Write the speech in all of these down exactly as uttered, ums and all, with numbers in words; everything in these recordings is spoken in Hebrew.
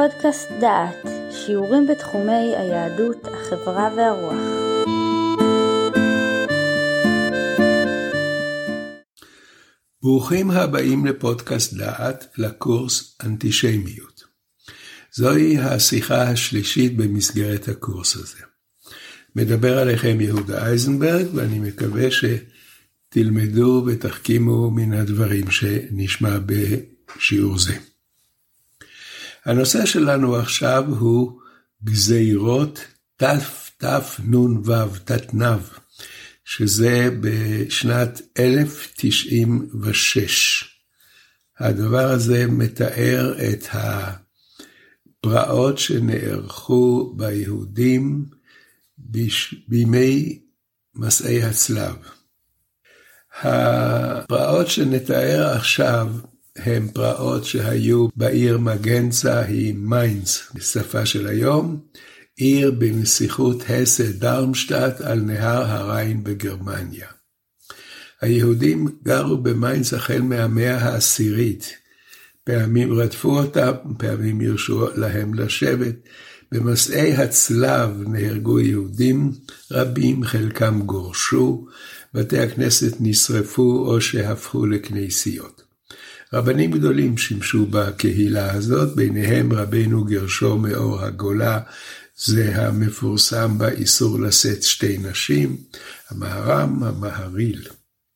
פודקאסט דעת, שיעורים בתחומי היהדות, החברה והרוח. ברוכים הבאים לפודקאסט דעת, לקורס אנטישמיות. זוהי השיחה השלישית במסגרת הקורס הזה. מדבר עליכם יהודה אייזנברג, ואני מקווה שתלמדו ותחכימו מן הדברים שנשמע בשיעור זה. הנושא שלנו עכשיו הוא גזירות תף תף נון וו תתנב, שזה בשנת אלף תשעים ושש. הדבר הזה מתאר את הפרעות שנערכו ביהודים בימי מסעי הצלב. הפרעות שנתאר עכשיו הם פרעות שהיו בעיר מגנצה, היא מיינץ בשפה של היום, עיר בנסיכות הסה דרמשטאט על נהר הריין בגרמניה. היהודים גרו במיינץ החל מהמאה העשירית, פעמים רדפו אותם, פעמים ירשו להם לשבת. במסעי הצלב נהרגו יהודים רבים, חלקם גורשו, בתי הכנסת נשרפו או שהפכו לכנסיות. רבנים גדולים שימשו בקהילה הזאת, ביניהם רבנו גרשום מאור הגולה, זה המפורסם באיסור לשאת שתי נשים, המהר"ם, המהרי"ל.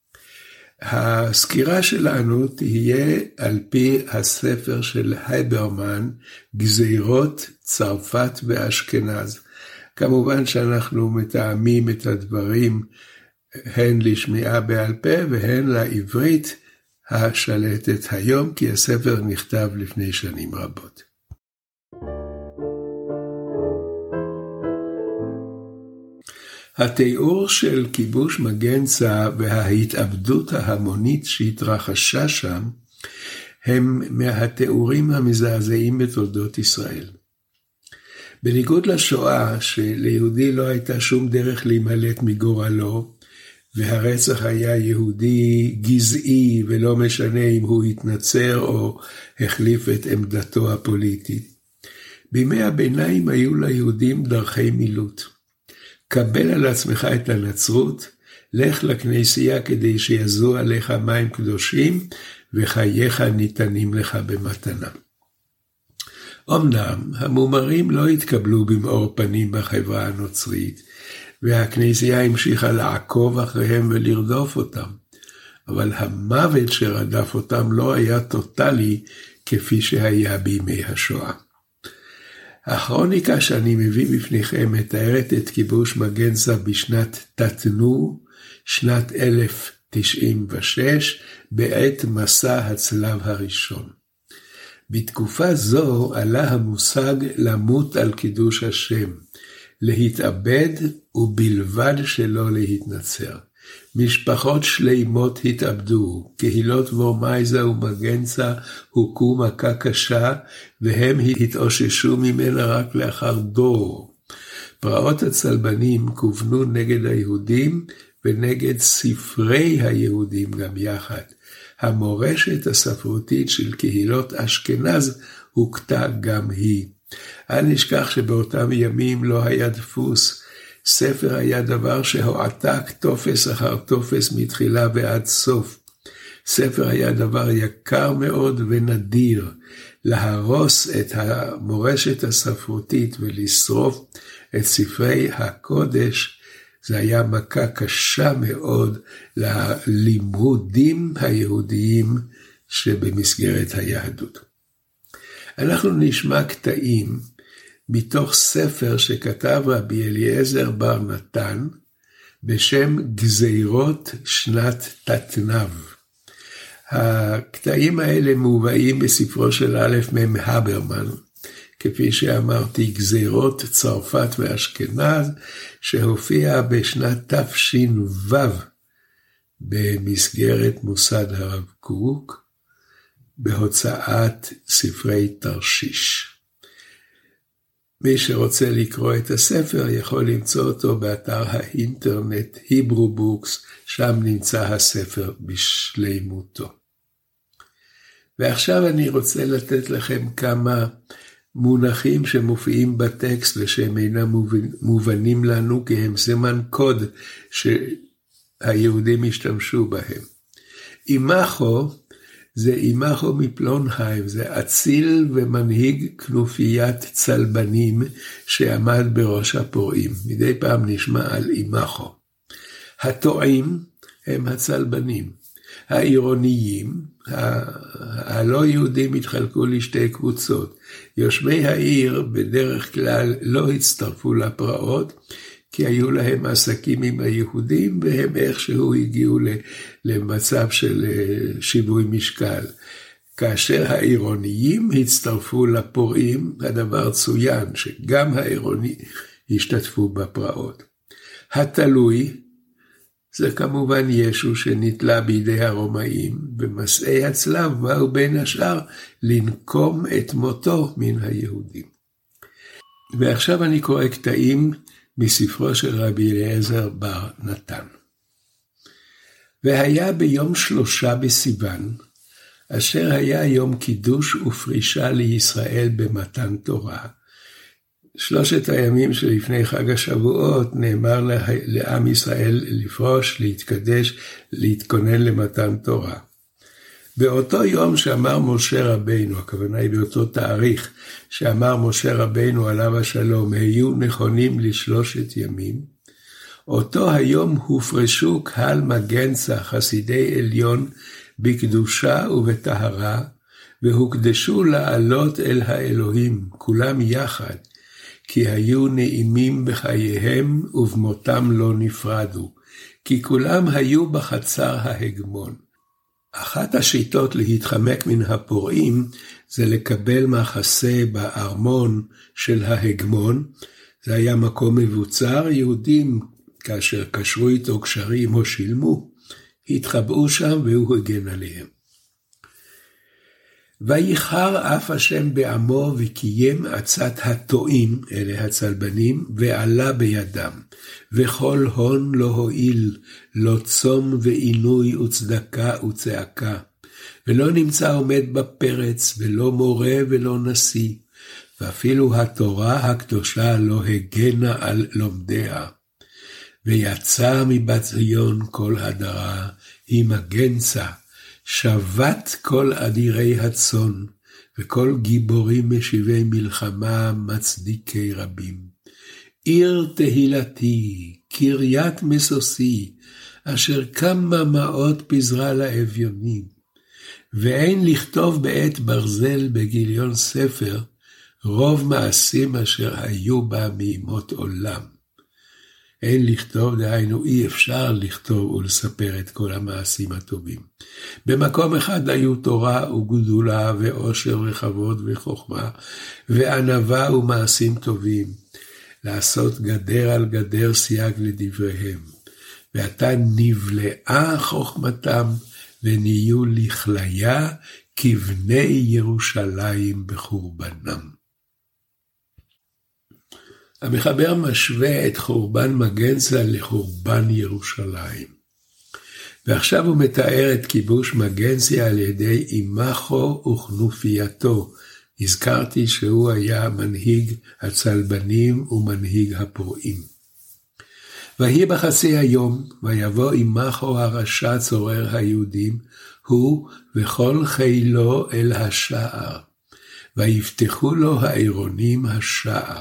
הסקירה שלנו תהיה על פי הספר של הייברמן, גזירות צרפת ואשכנז. כמובן שאנחנו מתאמים את הדברים הן לשמיעה בעל פה והן לעברית השלטת היום, כי הספר נכתב לפני שנים רבות. התיאור של כיבוש מגנצה וההתאבדות ההמונית שהתרחשה שם, הם מהתיאורים המזעזעים בתולדות ישראל. בניגוד לשואה, שליהודי לא הייתה שום דרך להימלט מגורלו, והרצח היה יהודי גזעי ולא משנה אם הוא התנצר או החליף את עמדתו הפוליטית. בימי הביניים היו ליהודים דרכי מילוט. קבל על עצמך את הנצרות, לך לכנסייה כדי שיזו עליך מים קדושים, וחייך ניתנים לך במתנה. אמנם, המומרים לא התקבלו במאור פנים בחברה הנוצרית, והכנסייה המשיכה לעקוב אחריהם ולרדוף אותם. אבל המוות שרדף אותם לא היה טוטלי כפי שהיה בימי השואה. הכרוניקה שאני מביא בפניכם מתארת את כיבוש מגנצה בשנת תתנו, שנת אלף תשעים ושש, בעת מסע הצלב הראשון. בתקופה זו עלה המושג למות על קידוש השם, להתאבד ובלבד שלא להתנצר. משפחות שלימות התאבדו, קהילות וורמייזה ומגנצה הוכו מכה קשה, והם התאוששו ממנה רק לאחר דור. פרעות הצלבנים כוונו נגד היהודים ונגד ספרי היהודים גם יחד. המורשת הספרותית של קהילות אשכנז הוכתה גם היא. אל נשכח שבאותם ימים לא היה דפוס, ספר היה דבר שהועתק תופס אחר תופס מתחילה ועד סוף. ספר היה דבר יקר מאוד ונדיר. להרוס את המורשת הספרותית ולשרוף את ספרי הקודש, זה היה מכה קשה מאוד ללימודים היהודיים שבמסגרת היהדות. אנחנו נשמע קטעים מתוך ספר שכתב רבי אליעזר בר נתן, בשם גזירות שנת תתנב. הקטעים האלה מובאים בספרו של א' מ' הייברמן, כפי שאמרתי, גזירות צרפת ואשכנז, שהופיע בשנת תש"ו במסגרת מוסד הרב קוק, בהוצאת ספרי תרשיש. מי שרוצה לקרוא את הספר יכול למצוא אותו באתר האינטרנט היברו בוקס, שם נמצא הספר בשלימותו. ועכשיו אני רוצה לתת לכם כמה מונחים שמופיעים בטקסט ושהם אינם מובנים לנו כי הם סימן קוד שהיהודים השתמשו בהם. אימחו זה אימחו מפלונהיים, זה אציל ומנהיג כנופיית צלבנים שעמד בראש הפורעים. מדי פעם נשמע על אימחו. הטועים הם הצלבנים. העירוניים, הלא יהודים התחלקו לשתי קבוצות. יושבי העיר בדרך כלל לא הצטרפו לפרעות, כי היו להם עסקים עם היהודים, והם איכשהו הגיעו למצב של שיווי משקל. כאשר העירוניים הצטרפו לפורעים, הדבר צוין שגם העירונים השתתפו בפרעות. התלוי, זה כמובן ישו שנתלה בידי הרומאים, במסעי הצלב באו בין השאר לנקום את מותו מן היהודים. ועכשיו אני קורא קטעים מספרו של רבי אליעזר בר נתן. והיה ביום שלושה בסיוון, אשר היה יום קידוש ופרישה לישראל במתן תורה. שלושת הימים שלפני חג השבועות נאמר לעם ישראל לפרוש, להתקדש, להתכונן למתן תורה. באותו יום שאמר משה רבינו, הכוונה היא באותו תאריך שאמר משה רבינו עליו השלום, היו נכונים לשלושת ימים, אותו היום הופרשו קהל מגנצה, חסידי עליון, בקדושה ובטהרה, והוקדשו לעלות אל האלוהים, כולם יחד, כי היו נעימים בחייהם ובמותם לא נפרדו, כי כולם היו בחצר ההגמון. אחת השיטות להתחמק מן הפורעים זה לקבל מחסה בארמון של ההגמון. זה היה מקום מבוצר, יהודים כאשר קשרו איתו קשרים או שילמו, התחבאו שם והוא הגן עליהם. ויחר אף השם בעמו וקיים עצת הטועים, אלה הצלבנים, ועלה בידם. וכל הון לא הועיל, לא צום ועינוי וצדקה וצעקה. ולא נמצא עומד בפרץ, ולא מורה ולא נשיא. ואפילו התורה הקדושה לא הגנה על לומדיה. ויצא מבת ציון כל הדרה, היא מגנצה. שבת כל אדירי הצאן, וכל גיבורים משיבי מלחמה מצדיקי רבים. עיר תהילתי, קריית מסוסי, אשר כמה מאות פזרה לאביונים. ואין לכתוב בעת ברזל בגיליון ספר, רוב מעשים אשר היו בה מימות עולם. אין לכתוב, דהיינו אי אפשר לכתוב ולספר את כל המעשים הטובים. במקום אחד היו תורה וגדולה ועושר וכבוד וחוכמה, וענווה ומעשים טובים, לעשות גדר על גדר סייג לדבריהם. ועתה נבלעה חוכמתם, ונהיו לכליה כבני ירושלים בחורבנם. המחבר משווה את חורבן מגנצה לחורבן ירושלים. ועכשיו הוא מתאר את כיבוש מגנצה על ידי אימחו וכנופייתו. הזכרתי שהוא היה מנהיג הצלבנים ומנהיג הפורעים. ויהי בחצי היום, ויבוא אימחו הרשע צורר היהודים, הוא וכל חילו אל השער. ויפתחו לו העירונים השער.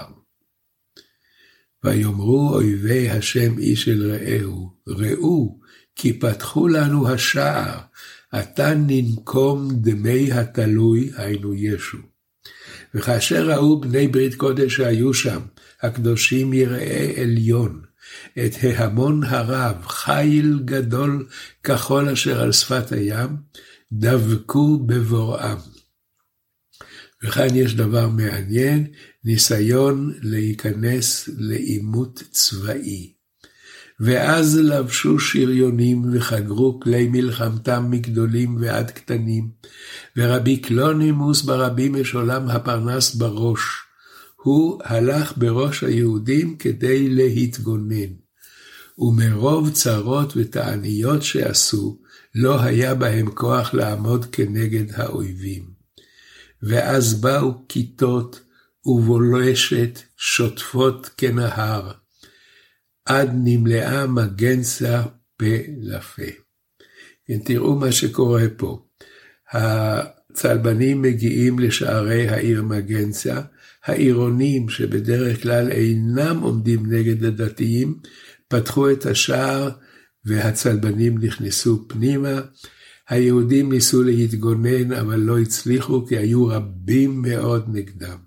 ויאמרו אויבי השם איש אל רעהו, ראו, כי פתחו לנו השער, עתה ננקום דמי התלוי, היינו ישו. וכאשר ראו בני ברית קודש שהיו שם, הקדושים יראי עליון, את ההמון הרב, חיל גדול כחול אשר על שפת הים, דבקו בבוראם. וכאן יש דבר מעניין, ניסיון להיכנס לאימות צבאי. ואז לבשו שריונים וחגרו כלי מלחמתם מגדולים ועד קטנים, ורבי קלונימוס ברבי משולם הפרנס בראש, הוא הלך בראש היהודים כדי להתגונן, ומרוב צרות ותעניות שעשו, לא היה בהם כוח לעמוד כנגד האויבים. ואז באו כיתות ובולשת שוטפות כנהר, עד נמלאה מגנצה פה לפה. כן, תראו מה שקורה פה. הצלבנים מגיעים לשערי העיר מגנצה, העירונים שבדרך כלל אינם עומדים נגד הדתיים, פתחו את השער והצלבנים נכנסו פנימה. היהודים ניסו להתגונן אבל לא הצליחו כי היו רבים מאוד נגדם.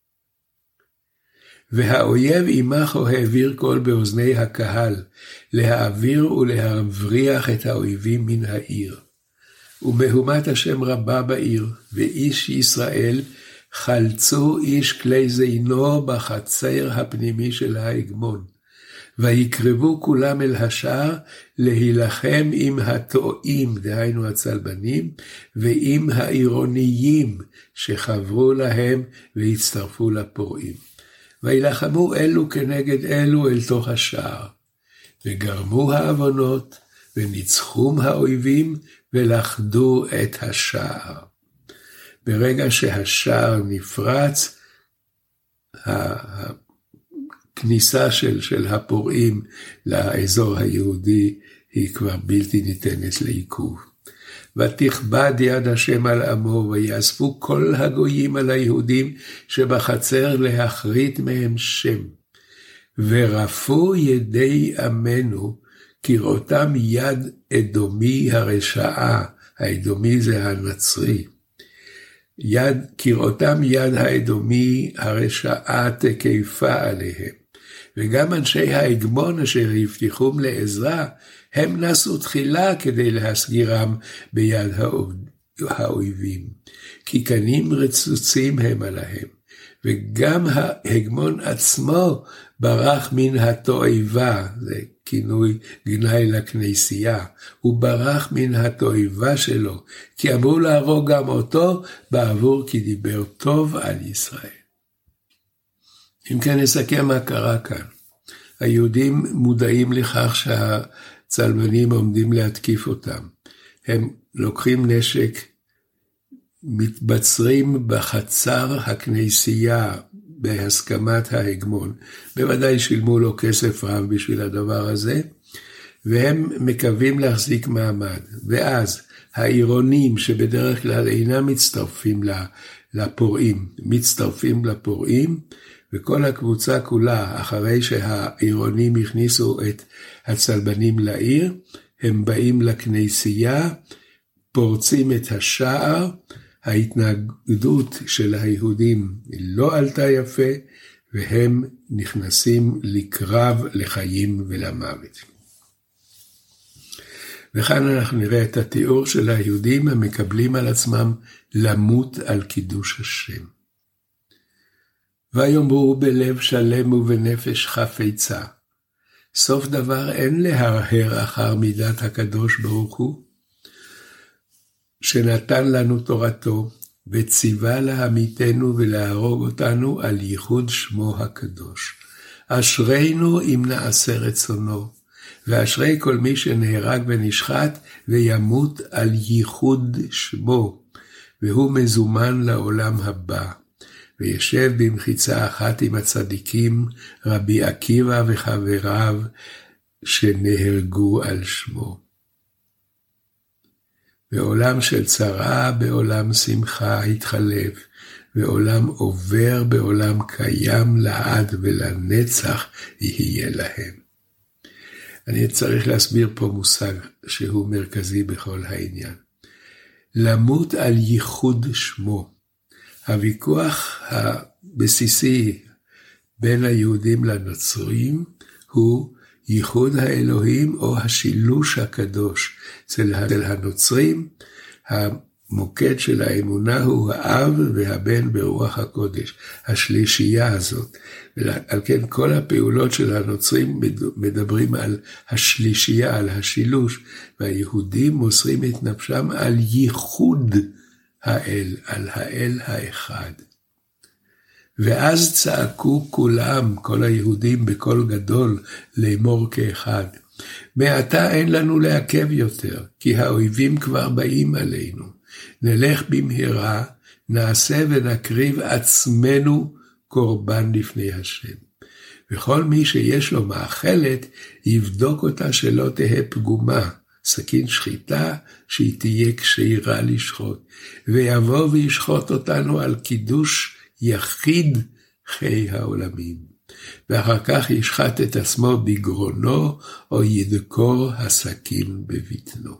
והאויב עמךו העביר קול באוזני הקהל, להעביר ולהבריח את האויבים מן העיר. ומהומת השם רבה בעיר, ואיש ישראל חלצו איש כלי זינו בחצר הפנימי של ההגמון. ויקרבו כולם אל השער להילחם עם הטועים, דהיינו הצלבנים, ועם העירוניים שחברו להם והצטרפו לפורעים. וילחמו אלו כנגד אלו אל תוך השער, וגרמו העוונות, וניצחום האויבים, ולכדו את השער. ברגע שהשער נפרץ, הכניסה של, של הפורעים לאזור היהודי היא כבר בלתי ניתנת לעיכוב. ותכבד יד השם על עמו, ויאספו כל הגויים על היהודים שבחצר להחריט מהם שם. ורפו ידי עמנו כראותם יד אדומי הרשעה, האדומי זה הנצרי. יד, כראותם יד האדומי הרשעה תקיפה עליהם. וגם אנשי ההגמון אשר הבטיחום לעזרה, הם נסו תחילה כדי להסגירם ביד האויבים. כי קנים רצוצים הם עליהם. וגם ההגמון עצמו ברח מן התועבה, זה כינוי גנאי לכנסייה, הוא ברח מן התועבה שלו, כי אמרו להרוג גם אותו בעבור כי דיבר טוב על ישראל. אם כן נסכם מה קרה כאן. היהודים מודעים לכך שהצלבנים עומדים להתקיף אותם. הם לוקחים נשק, מתבצרים בחצר הכנסייה בהסכמת ההגמון. בוודאי שילמו לו כסף רב בשביל הדבר הזה, והם מקווים להחזיק מעמד. ואז העירונים שבדרך כלל אינם מצטרפים לפורעים, מצטרפים לפורעים, וכל הקבוצה כולה, אחרי שהעירונים הכניסו את הצלבנים לעיר, הם באים לכנסייה, פורצים את השער, ההתנגדות של היהודים לא עלתה יפה, והם נכנסים לקרב לחיים ולמוות. וכאן אנחנו נראה את התיאור של היהודים המקבלים על עצמם למות על קידוש השם. ויאמרו בלב שלם ובנפש חפצה, סוף דבר אין להרהר אחר מידת הקדוש ברוך הוא, שנתן לנו תורתו, וציווה להמיתנו ולהרוג אותנו על ייחוד שמו הקדוש. אשרינו אם נעשה רצונו, ואשרי כל מי שנהרג ונשחט, וימות על ייחוד שמו, והוא מזומן לעולם הבא. וישב במחיצה אחת עם הצדיקים, רבי עקיבא וחבריו, שנהרגו על שמו. בעולם של צרה, בעולם שמחה התחלף, בעולם עובר, בעולם קיים לעד ולנצח יהיה להם. אני צריך להסביר פה מושג שהוא מרכזי בכל העניין. למות על ייחוד שמו. הוויכוח הבסיסי בין היהודים לנוצרים הוא ייחוד האלוהים או השילוש הקדוש. אצל הנוצרים המוקד של האמונה הוא האב והבן ברוח הקודש, השלישייה הזאת. ועל כן כל הפעולות של הנוצרים מדברים על השלישייה, על השילוש, והיהודים מוסרים את נפשם על ייחוד האל, על האל האחד. ואז צעקו כולם, כל היהודים בקול גדול, לאמור כאחד. מעתה אין לנו לעכב יותר, כי האויבים כבר באים עלינו. נלך במהרה, נעשה ונקריב עצמנו קורבן לפני השם. וכל מי שיש לו מאכלת, יבדוק אותה שלא תהיה פגומה, סכין שחיטה שהיא תהיה כשירה לשחוט, ויבוא וישחוט אותנו על קידוש יחיד חי העולמים. ואחר כך ישחט את עצמו בגרונו, או ידקור הסכין בבטנו.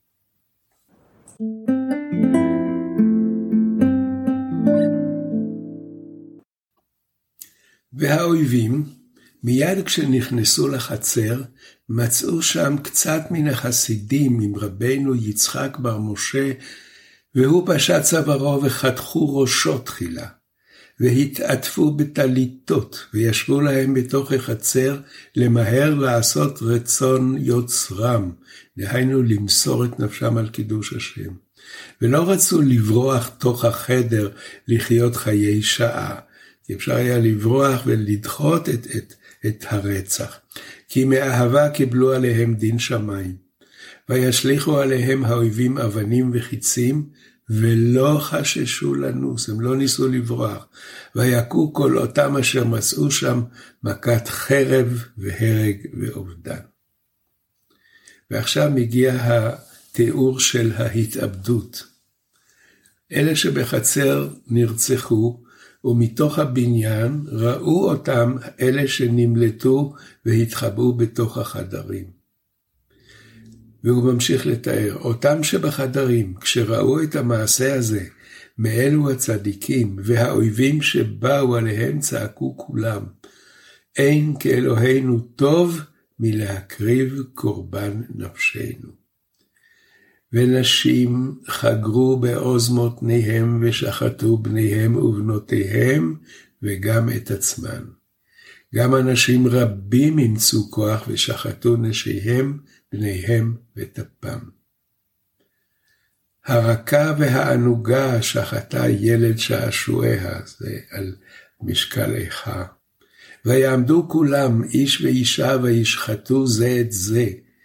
והאויבים, מיד כשנכנסו לחצר, מצאו שם קצת מן החסידים עם רבנו יצחק בר משה, והוא פשט צווארו וחתכו ראשו תחילה, והתעטפו בטליתות, וישבו להם בתוך החצר, למהר לעשות רצון יוצרם, דהיינו למסור את נפשם על קידוש השם. ולא רצו לברוח תוך החדר לחיות חיי שעה, כי אפשר היה לברוח ולדחות את, את, את הרצח. כי מאהבה קיבלו עליהם דין שמיים. וישליחו עליהם האויבים אבנים וחיצים, ולא חששו לנוס, הם לא ניסו לברוח. ויקו כל אותם אשר מצאו שם מכת חרב והרג ואובדן. ועכשיו מגיע התיאור של ההתאבדות. אלה שבחצר נרצחו, ומתוך הבניין ראו אותם אלה שנמלטו והתחבאו בתוך החדרים. והוא ממשיך לתאר, אותם שבחדרים, כשראו את המעשה הזה, מאלו הצדיקים והאויבים שבאו עליהם צעקו כולם, אין כאלוהינו טוב מלהקריב קורבן נפשנו. ונשים חגרו בעוז מותניהם ושחטו בניהם ובנותיהם וגם את עצמן. גם אנשים רבים ימצאו כוח ושחטו נשיהם, בניהם וטפם. הרכה והענוגה שחטה ילד שעשועיה, זה על משקל איכה. ויעמדו כולם איש ואישה וישחטו זה את זה.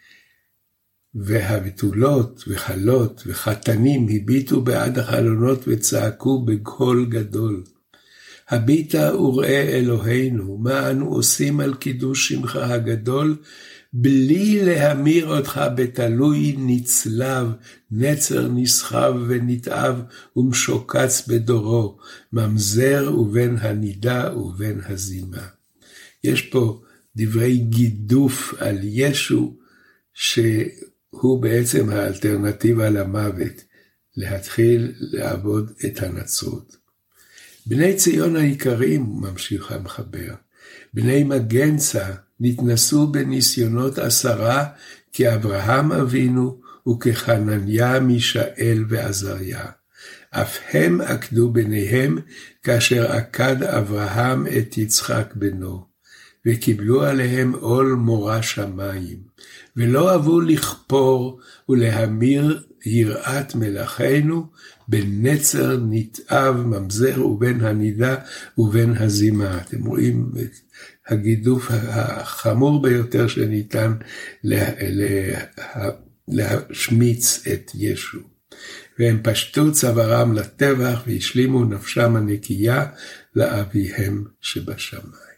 והבתולות וחלות וחתנים הביטו בעד החלונות וצעקו בקול גדול. הביטה וראה אלוהינו, מה אנו עושים על קידוש שמך הגדול, בלי להמיר אותך בתלוי נצלב, נצר נסחב ונתאב ומשוקץ בדורו, ממזר ובין הנידה ובין הזימה. יש פה דברי גידוף על ישו, שהוא בעצם האלטרנטיבה למוות, להתחיל לעבוד את הנצרות. בני ציון העיקרים, ממשיך המחבר, בני מגנצה נתנסו בניסיונות עשרה כאברהם אבינו וכחנניה מישאל ועזריה. אף הם עקדו ביניהם כאשר עקד אברהם את יצחק בנו, וקיבלו עליהם עול מורא שמיים, ולא אהבו לכפור ולהמיר יראת מלאכינו, בנצר נתאב ממזר ובין הנידה ובין הזימה. אתם רואים את הגידוף החמור ביותר שניתן לה, לה, להשמיץ את ישו. והם פשטו צווארם לטבח והשלימו נפשם הנקייה לאביהם שבשמיים.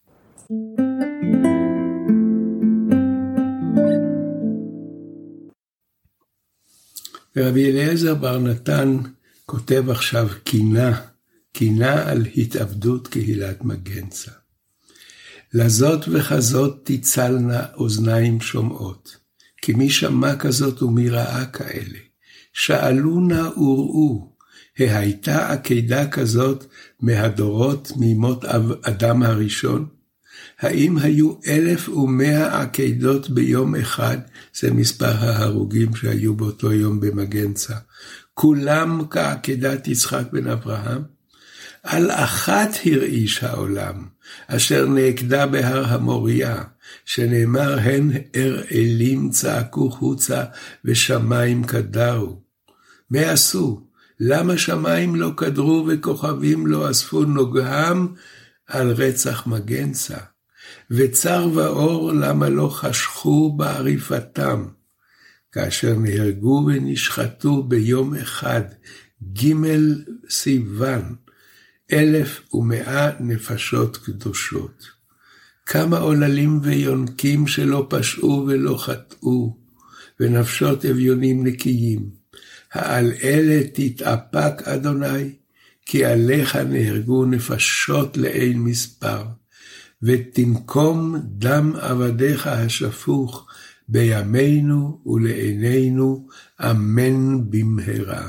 ורבי אליעזר בר נתן כותב עכשיו קינה, קינה על התאבדות קהילת מגנצה. לזאת וכזאת תצלנה אוזניים שומעות, כי מי שמע כזאת ומי ראה כאלה. שאלו נא וראו, הייתה עקידה כזאת מהדורות מימות אדם הראשון? האם היו אלף ומאה עקידות ביום אחד, זה מספר ההרוגים שהיו באותו יום במגנצה, כולם כעקידת יצחק בן אברהם? על אחת הרעיש העולם, אשר נעקדה בהר המוריה, שנאמר הן אראלים צעקו חוצה ושמיים קדרו. מה עשו? למה שמיים לא קדרו וכוכבים לא אספו נוגהם על רצח מגנצה? וצר ואור למה לא חשכו בעריפתם? כאשר נהרגו ונשחטו ביום אחד, ג' סיוון, אלף ומאה נפשות קדושות. כמה עוללים ויונקים שלא פשעו ולא חטאו, ונפשות אביונים נקיים. העל אלה תתאפק אדוני, כי עליך נהרגו נפשות לאין מספר, ותנקום דם עבדיך השפוך בימינו ולעינינו, אמן במהרה.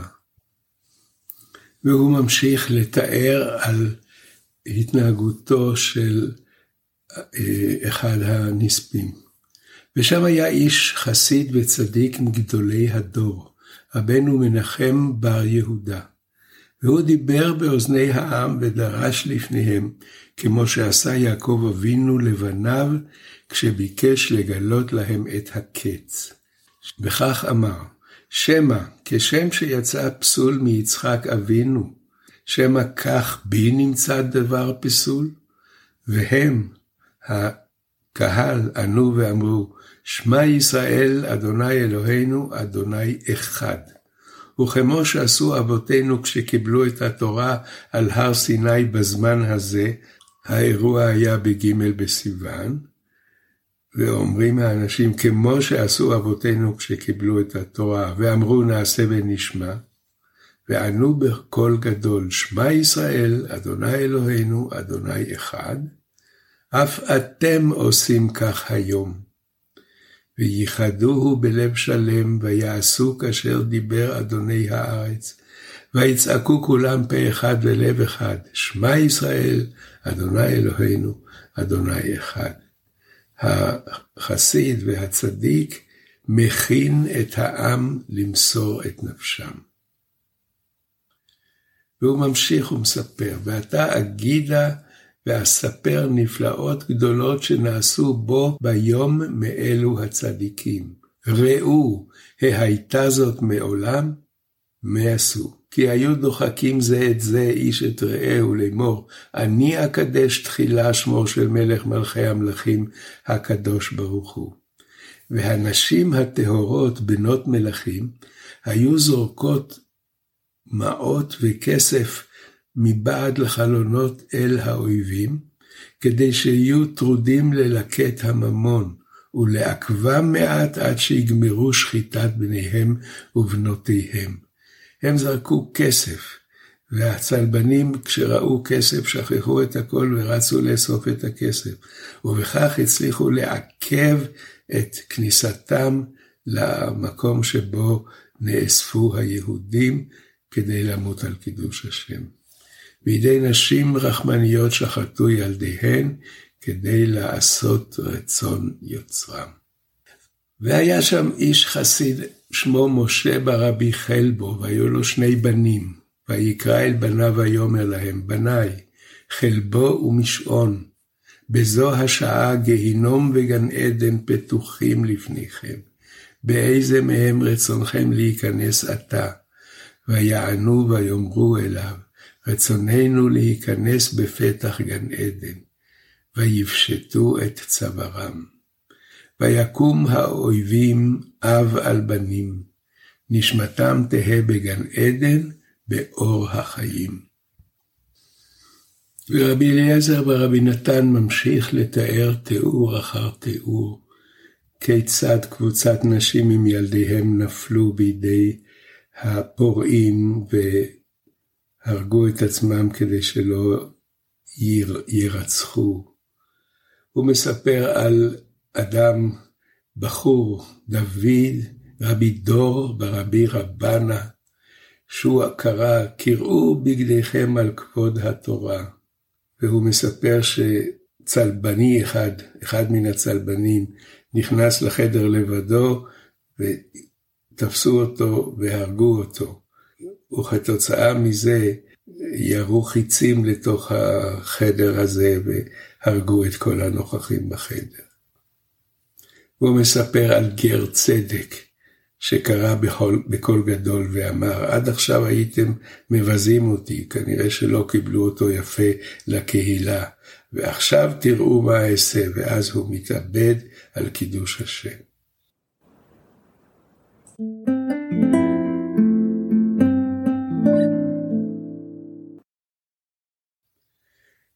והוא ממשיך לתאר על התנהגותו של אחד הנספים. ושם היה איש חסיד וצדיק מגדולי הדור, רבנו מנחם בר יהודה. והוא דיבר באוזני העם ודרש לפניהם, כמו שעשה יעקב אבינו לבניו, כשביקש לגלות להם את הקץ. וכך אמר, שמא כשם שיצא פסול מיצחק אבינו, שמא כך בי נמצא דבר פסול? והם, הקהל, ענו ואמרו, שמע ישראל, אדוני אלוהינו, אדוני אחד. וכמו שעשו אבותינו כשקיבלו את התורה על הר סיני בזמן הזה, האירוע היה בג' בסיוון, ואומרים האנשים, כמו שעשו אבותינו כשקיבלו את התורה, ואמרו נעשה ונשמע, וענו בקול גדול, שמע ישראל, אדוני אלוהינו, אדוני אחד, אף אתם עושים כך היום. וייחדוהו בלב שלם, ויעשו כאשר דיבר אדוני הארץ, ויצעקו כולם פה אחד ולב אחד, שמע ישראל, אדוני אלוהינו, אדוני אחד. החסיד והצדיק מכין את העם למסור את נפשם. והוא ממשיך ומספר, ואתה אגידה ואספר נפלאות גדולות שנעשו בו ביום מאלו הצדיקים. ראו, הייתה זאת מעולם? מה עשו? כי היו דוחקים זה את זה איש את רעהו לאמור, אני אקדש תחילה שמו של מלך מלכי המלכים הקדוש ברוך הוא. והנשים הטהורות בנות מלכים היו זורקות מעות וכסף מבעד לחלונות אל האויבים, כדי שיהיו טרודים ללקט הממון, ולעכבם מעט עד שיגמרו שחיטת בניהם ובנותיהם. הם זרקו כסף, והצלבנים כשראו כסף שכחו את הכל ורצו לאסוף את הכסף, ובכך הצליחו לעכב את כניסתם למקום שבו נאספו היהודים כדי למות על קידוש השם. בידי נשים רחמניות שחטו ילדיהן כדי לעשות רצון יוצרם. והיה שם איש חסיד שמו משה ברבי חלבו, והיו לו שני בנים, ויקרא אל בניו ויאמר להם, בניי, חלבו ומשעון, בזו השעה גיהינום וגן עדן פתוחים לפניכם, באיזה מהם רצונכם להיכנס עתה? ויענו ויאמרו אליו, רצוננו להיכנס בפתח גן עדן, ויפשטו את צווארם. ויקום האויבים אב על בנים, נשמתם תהא בגן עדן באור החיים. ורבי אליעזר ורבי נתן ממשיך לתאר תיאור אחר תיאור, כיצד קבוצת נשים עם ילדיהם נפלו בידי הפורעים והרגו את עצמם כדי שלא ירצחו. הוא מספר על אדם, בחור, דוד, רבי דור ברבי רבנה, שהוא קרא, קראו בגדיכם על כבוד התורה. והוא מספר שצלבני אחד, אחד מן הצלבנים, נכנס לחדר לבדו, ותפסו אותו והרגו אותו. וכתוצאה מזה ירו חיצים לתוך החדר הזה, והרגו את כל הנוכחים בחדר. הוא מספר על גר צדק, שקרא בכל, בכל גדול ואמר, עד עכשיו הייתם מבזים אותי, כנראה שלא קיבלו אותו יפה לקהילה, ועכשיו תראו מה אעשה, ואז הוא מתאבד על קידוש השם.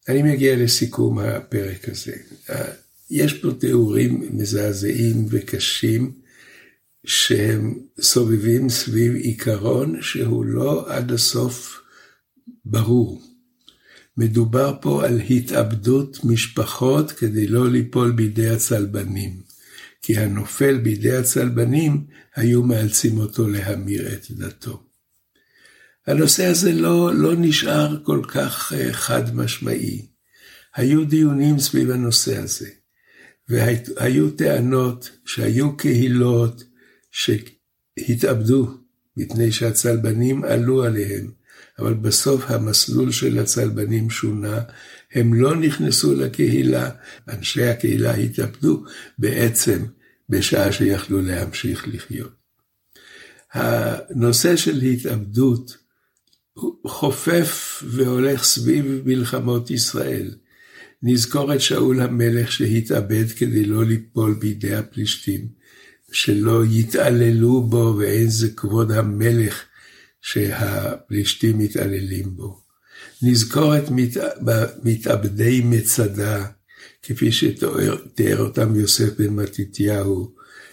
אני מגיע לסיכום הפרק הזה. יש פה תיאורים מזעזעים וקשים, שהם סובבים סביב עיקרון שהוא לא עד הסוף ברור. מדובר פה על התאבדות משפחות כדי לא ליפול בידי הצלבנים, כי הנופל בידי הצלבנים היו מאלצים אותו להמיר את דתו. הנושא הזה לא, לא נשאר כל כך חד משמעי. היו דיונים סביב הנושא הזה, והיו טענות שהיו קהילות שהתאבדו מפני שהצלבנים עלו עליהם, אבל בסוף המסלול של הצלבנים שונה, הם לא נכנסו לקהילה, אנשי הקהילה התאבדו בעצם בשעה שיכלו להמשיך לחיות. הנושא של התאבדות חופף והולך סביב מלחמות ישראל. נזכור את שאול המלך שהתאבד כדי לא ליפול בידי הפלישתים, שלא יתעללו בו, ואין זה כבוד המלך שהפלישתים מתעללים בו. נזכור את מתאבדי מצדה, כפי שתיאר אותם יוסף בן מתתיהו,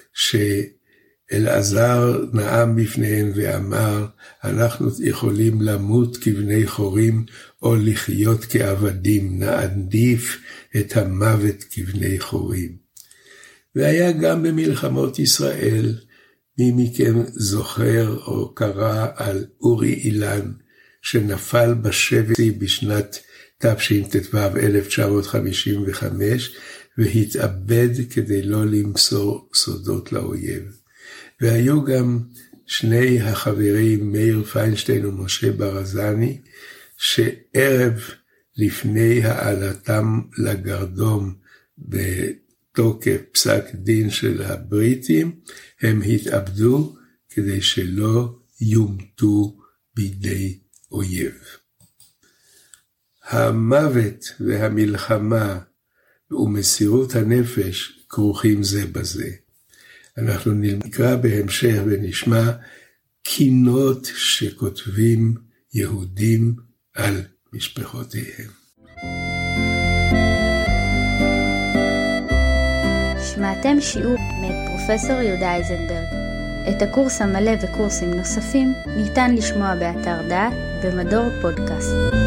שאלעזר נאם בפניהם ואמר, אנחנו יכולים למות כבני חורים, או לחיות כעבדים, נעדיף את המוות כבני חורים. והיה גם במלחמות ישראל, מי מכם זוכר או קרא על אורי אילן, שנפל בשבי בשנת תשט"ו אלף תשע מאות חמישים וחמש, והתאבד כדי לא למסור סודות לאויב. והיו גם שני החברים, מאיר פיינשטיין ומשה ברזני, שערב לפני העלתם לגרדום בתוקף פסק דין של הבריטים, הם התאבדו כדי שלא יומתו בידי אויב. המוות והמלחמה ומסירות הנפש כרוכים זה בזה. אנחנו נקרא בהמשך ונשמע קינות שכותבים יהודים על משפחותיהם. שמעתם שיעור מאת פרופסור יהודה אייזנברג. את הקורס המלא וקורסים נוספים ניתן לשמוע באתר דעת במדור פודקאסט.